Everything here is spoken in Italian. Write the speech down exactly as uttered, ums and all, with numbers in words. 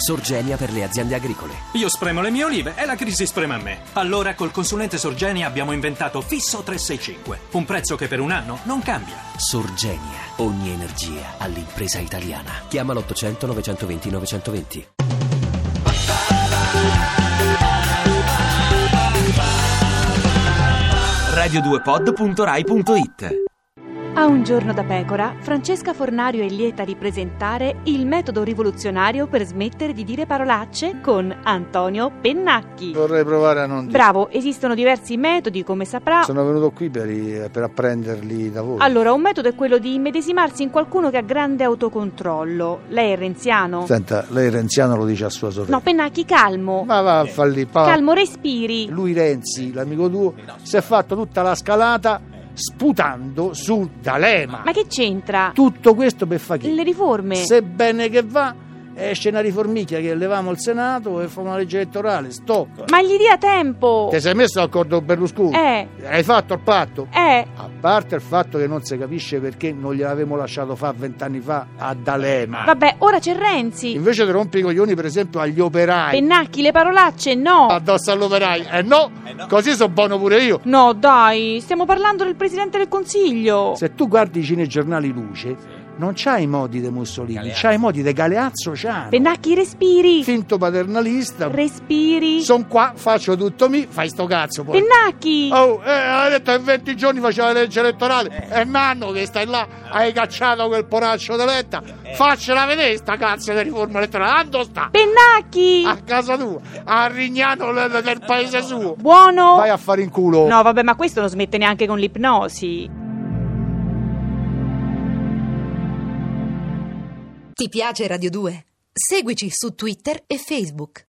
Sorgenia per le aziende agricole. Io spremo le mie olive e la crisi sprema me. Allora col consulente Sorgenia abbiamo inventato Fisso trecentosessantacinque. Un prezzo che per un anno non cambia. Sorgenia. Ogni energia all'impresa italiana. Chiama l'ottocento novecentoventi novecentoventi. radio due pod punto rai punto it. A un giorno da pecora, Francesca Fornario è lieta di presentare il metodo rivoluzionario per smettere di dire parolacce con Antonio Pennacchi. Vorrei provare a non dire. Bravo, esistono diversi metodi, come saprà. Sono venuto qui per, per apprenderli da voi. Allora, un metodo è quello di immedesimarsi in qualcuno che ha grande autocontrollo. Lei è renziano? Senta, lei renziano lo dice a sua sorella. No, Pennacchi, calmo. Ma va a farli pa. Calmo, respiri. Lui Renzi, l'amico tuo, si è fatto tutta la scalata sputando su D'Alema. Ma che c'entra? Tutto questo per fare che? Le riforme. Sebbene che va, esce una riformicchia che levamo il Senato e fa una legge elettorale. Stop. Ma gli dia tempo. Ti sei messo d'accordo con Berlusconi? Eh. Hai fatto il patto? Eh. A parte il fatto che non si capisce perché non gliel'avevamo lasciato fare vent'anni fa a D'Alema. Vabbè, ora c'è Renzi. Invece di rompi i coglioni, per esempio, agli operai. Pennacchi, le parolacce no. Addosso all'operai. Eh no, eh no. Così sono buono pure io. No, dai, stiamo parlando del Presidente del Consiglio. Se tu guardi i cinegiornali Luce, non c'hai i modi di Mussolini, Galeazzo. C'hai i modi di Galeazzo Ciano. Pennacchi, respiri. Finto paternalista. Respiri. Sono qua, faccio tutto mi, fai sto cazzo poi. Pennacchi. Oh, eh, hai detto che venti giorni faceva la legge elettorale. È un anno che stai là, hai cacciato quel poraccio di Letta. Faccela vedere sta cazzo di riforma elettorale. Dove sta? Pennacchi. A casa tua, a Rignano del paese suo. Buono. Vai a fare in culo. No, vabbè, ma questo non smette neanche con l'ipnosi. Ti piace Radio due? Seguici su Twitter e Facebook.